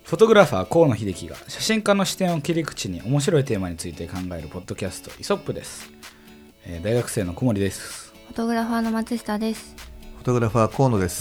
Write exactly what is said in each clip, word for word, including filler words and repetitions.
フォトグラファー河野秀樹が写真家の視点を切り口に面白いテーマについて考えるポッドキャストイソップです、えー、大学生の小森です。 フォトグラファーの松下です。 フォトグラファー河野です。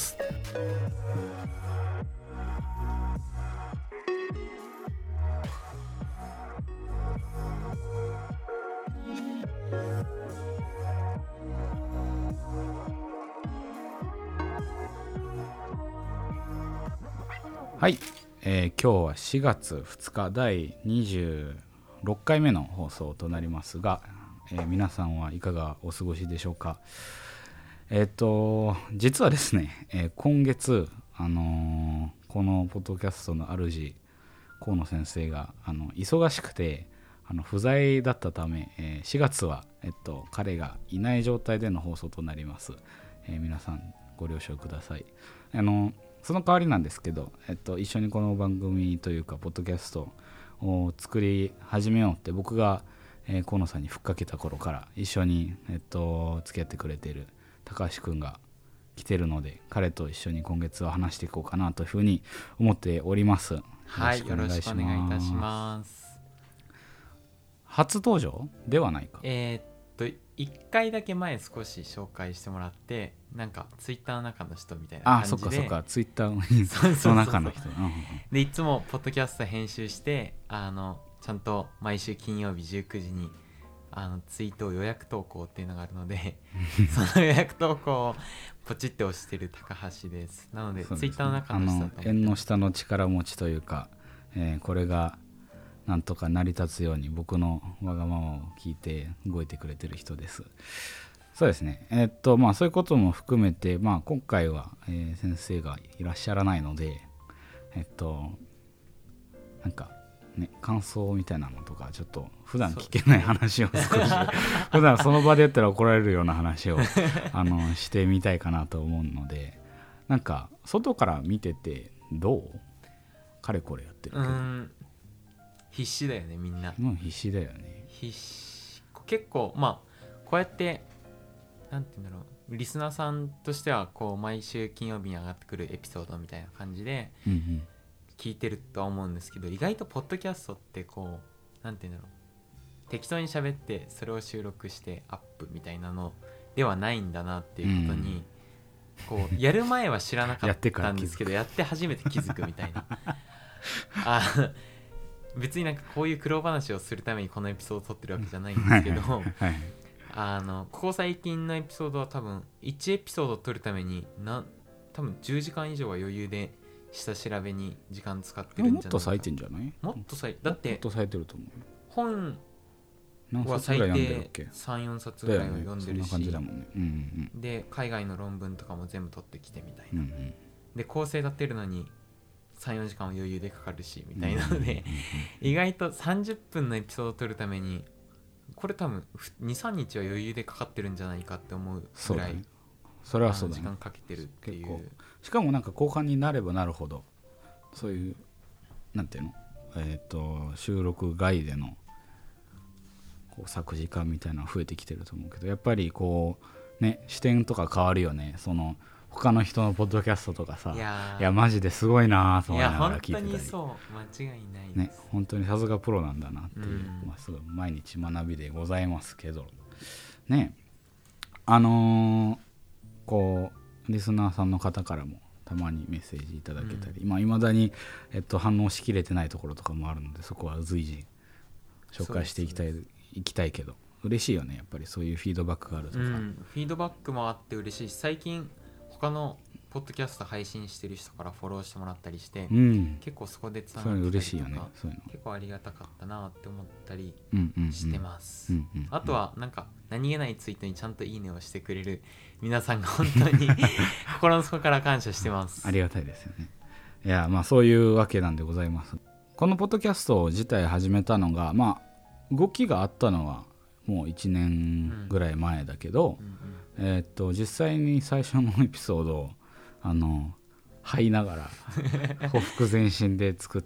はい、えー、今日はしがつふつかだいにじゅうろっかいめの放送となりますが、えー、皆さんはいかがお過ごしでしょうか。えっと実はですね、えー、今月、あのー、このポッドキャストの主河野先生があの忙しくてあの不在だったため、えー、しがつは、えっと、彼がいない状態での放送となります。えー、皆さんご了承ください。あのその代わりなんですけど、えっと、一緒にこの番組というかポッドキャストを作り始めようって僕が、えー、河野さんにふっかけた頃から一緒に、えっと、付き合ってくれている高橋くんが来てるので、彼と一緒に今月は話していこうかなというふうに思っております。 はい、よろしくお願いいたします。 初登場ではないか。 えー、っといっかいだけ前少し紹介してもらって、なんかツイッターの中の人みたいな感じで、 あ、そっかそっか、ツイッターの中の人でいつもポッドキャスト編集して、あのちゃんと毎週金曜日じゅうくじにあのツイートを予約投稿っていうのがあるのでその予約投稿をポチって押してる高橋です。なのでツイッターの中の人だと思って、 縁の下の力持ちというか、えー、これがなんとか成り立つように僕のわがままを聞いて動いてくれてる人です。そうですね、えー、っとまあそういうことも含めて、まあ、今回は、えー、先生がいらっしゃらないので、えっとなんかね、感想みたいなのとかちょっと普段聞けない話を少し普段その場でやったら怒られるような話をあのしてみたいかなと思うので、なんか外から見ててどう？かれこれやってるけど、うーん、 必死だよねみんな。 もう必死だよね。 必死。結構まあこうやってなんて言うんだろう、リスナーさんとしてはこう毎週金曜日に上がってくるエピソードみたいな感じで聞いてるとは思うんですけど、意外とポッドキャストってこうなんて言うんだろう、適当に喋ってそれを収録してアップみたいなのではないんだなっていうことに、こうやる前は知らなかったんですけどやって初めて気づくみたいなあ、別になんかこういう苦労話をするためにこのエピソードを撮ってるわけじゃないんですけどはい、あのここ最近のエピソードは多分いちエピソードを撮るためにな多分じゅうじかん以上は余裕で下調べに時間使ってるんじゃないか。 もっと割いてんじゃない？ もっと割いだってもっと割いてると思う。 本は最低 さんよんさつぐらいは読んでるし、ね、うんうん、で海外の論文とかも全部取ってきてみたいな、うんうん、で構成立てるのにさんよじかんは余裕でかかるしみたいなので、意外とさんじゅっぷんのエピソードを撮るためにこれ多分 にさんにちは余裕でかかってるんじゃないかって思うぐらい、 それはそうだね、 時間かけてるっていう。 しかもなんか後半になればなるほどそういうなんていうの、えっと収録外でのこう作時間みたいなのが増えてきてると思うけど、やっぱりこうね視点とか変わるよね。その他の人のポッドキャストとかさ、いや, いやマジですごいなと思いながら聞いてたり、いや本当にそう間違いないです、 ね、本当にさすがプロなんだなっていう、まあ、すごい毎日学びでございますけどね。あのー、こうリスナーさんの方からもたまにメッセージいただけたり、うん、まあ、未だに、えっと、反応しきれてないところとかもあるので、そこは随時紹介していきたい、いきたいけど嬉しいよね、やっぱりそういうフィードバックがあるとか、うん、 フィードバックもあって嬉しいし、最近他のポッドキャスト配信してる人からフォローしてもらったりして、うん、結構そこでつながったりとか、 嬉しいよね、そういうの結構ありがたかったなって思ったりしてます。あとはなんか何気ないツイートにちゃんといいねをしてくれる皆さんが本当に心の底から感謝してます。 ありがたいですよね。いや、まあそういうわけなんでございます。このポッドキャスト自体始めたのが、まあ動きがあったのはもういちねんぐらい前だけど、うんうんうん、えー、っと実際に最初のエピソードをあの這いながらほふく前進で作って、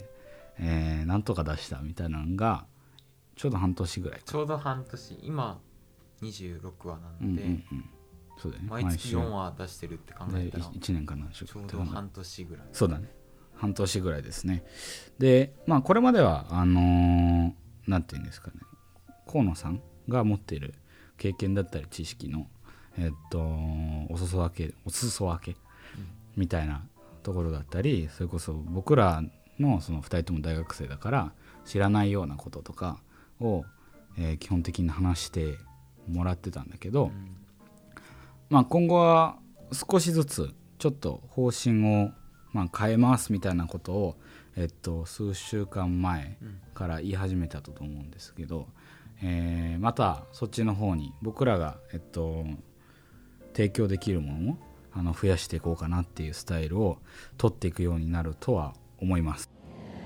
えー、なんとか出したみたいなのがちょうど半年ぐらいか。 ちょうど半年、今にじゅうろくわなので、うんうんうん、 そうだよね、 毎月よんわ出してるって考えたらいちねんかな、 ちょうど半年ぐらい。 そうだね、 半年ぐらいですね。で、まあ、これまではあのー、なんていうんですかね、河野さんが持っている経験だったり知識の、えっと、お裾分けお裾分けみたいなところだったり、それこそ僕らのそのふたりとも大学生だから知らないようなこととかを、えー、基本的に話してもらってたんだけど、うん、まあ、今後は少しずつちょっと方針をまあ変えますみたいなことを、えっと、数週間前から言い始めたと思うんですけど、えー、またそっちの方に僕らが、えっと、提供できるものをあの増やしていこうかなっていうスタイルを取っていくようになるとは思います。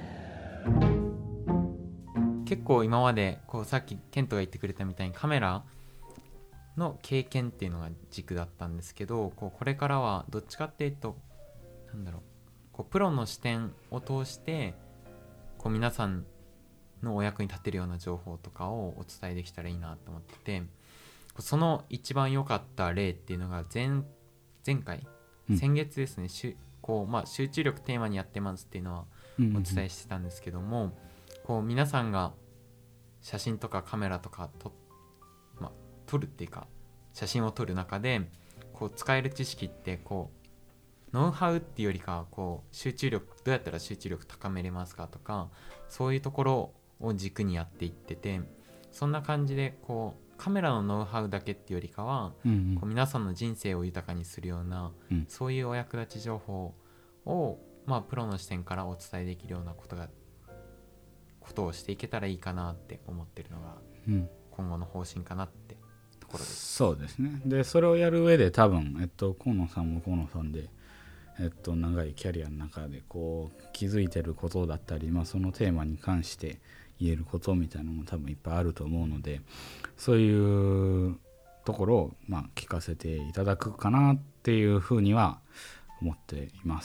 結構今までこうさっきケントが言ってくれたみたいにカメラの経験っていうのが軸だったんですけど、こうこれからはどっちかっていうとなんだろう、こうプロの視点を通してこう皆さんのお役に立てるような情報とかをお伝えできたらいいなと思ってて、その一番良かった例っていうのが 前, 前回、うん、先月ですね、しゅこうまあ、集中力テーマにやってますっていうのはお伝えしてたんですけども、うんうんうん、こう皆さんが写真とかカメラとかと、まあ、撮るっていうか写真を撮る中でこう使える知識ってこうノウハウっていうよりかこう集中力、どうやったら集中力高めれますかとか、そういうところを軸にやっていってて、そんな感じでこうカメラのノウハウだけっていうよりかは、うんうん、こう皆さんの人生を豊かにするような、うん、そういうお役立ち情報を、まあ、プロの視点からお伝えできるようなことがことをしていけたらいいかなって思ってるのが、うん、今後の方針かなってところです。 そうですね。でそれをやる上で多分、えっと、河野さんも河野さんで、えっと、長いキャリアの中でこう気づいてることだったり、まあ、そのテーマに関して言えることみたいなのも多分いっぱいあると思うので、そういうところをまあ聞かせていただくかなっていうふうには思っています。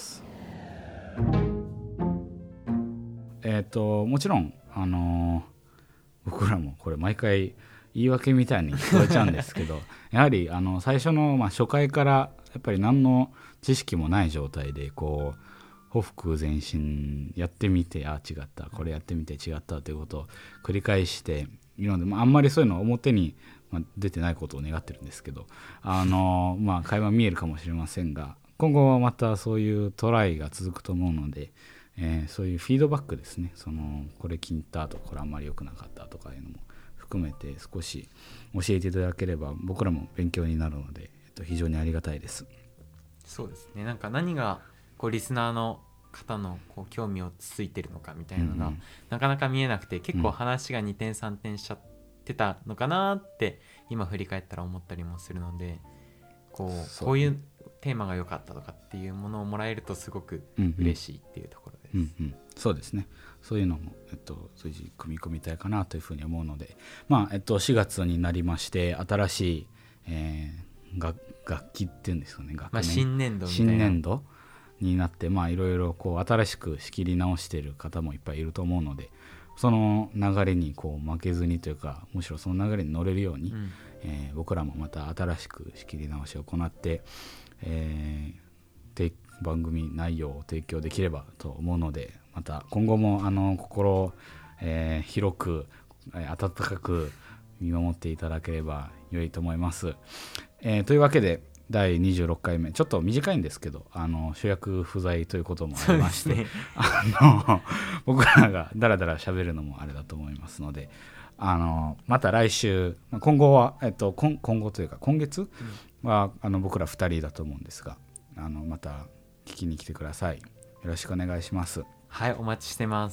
えーと、もちろん、あのー、僕らもこれ毎回言い訳みたいに聞こえちゃうんですけどやはりあの最初の、まあ、初回からやっぱり何の知識もない状態でこうほふく前進やってみて、あ違ったこれやってみて違ったということを繰り返しているので、まあ、あんまりそういうのは表に出てないことを願ってるんですけど、あの、まあ、会話見えるかもしれませんが、今後はまたそういうトライが続くと思うので、えー、そういうフィードバックですね、そのこれ気に入ったとかこれあんまり良くなかったとかいうのも含めて少し教えていただければ僕らも勉強になるので、えっと、非常にありがたいです。 そうですね、なんか何がこうリスナーの方のこう興味をついてるのかみたいなのが、うんうん、なかなか見えなくて結構話がにてんさんてんしちゃってたのかなって今振り返ったら思ったりもするので、こう、こういうテーマが良かったとかっていうものをもらえるとすごく嬉しいっていうところです。 うんうん、そうですね。そういうのも、えっと、随時組み込みたいかなというふうに思うので、まあえっと、しがつになりまして新しい、えー、楽, 楽器っていうんですかね、学年、 まあ、新年度みたいな新年度になって、まあいろいろこう新しく仕切り直している方もいっぱいいると思うので、その流れにこう負けずにというか、むしろその流れに乗れるように、うん、えー、僕らもまた新しく仕切り直しを行って、えー、番組内容を提供できればと思うので、また今後もあの心、えー、広く、えー、温かく見守っていただければ良いと思います。えー、というわけでだいにじゅうろっかいめ、ちょっと短いんですけど、あの主役不在ということもありまして、ね、あの僕らがだらだら喋るのもあれだと思いますので、あのまた来週、今後は、えっと、今, 今後というか今月は、うん、あの僕らふたりだと思うんですが、あのまた聞きに来てください。よろしくお願いします。 はい、お待ちしてます。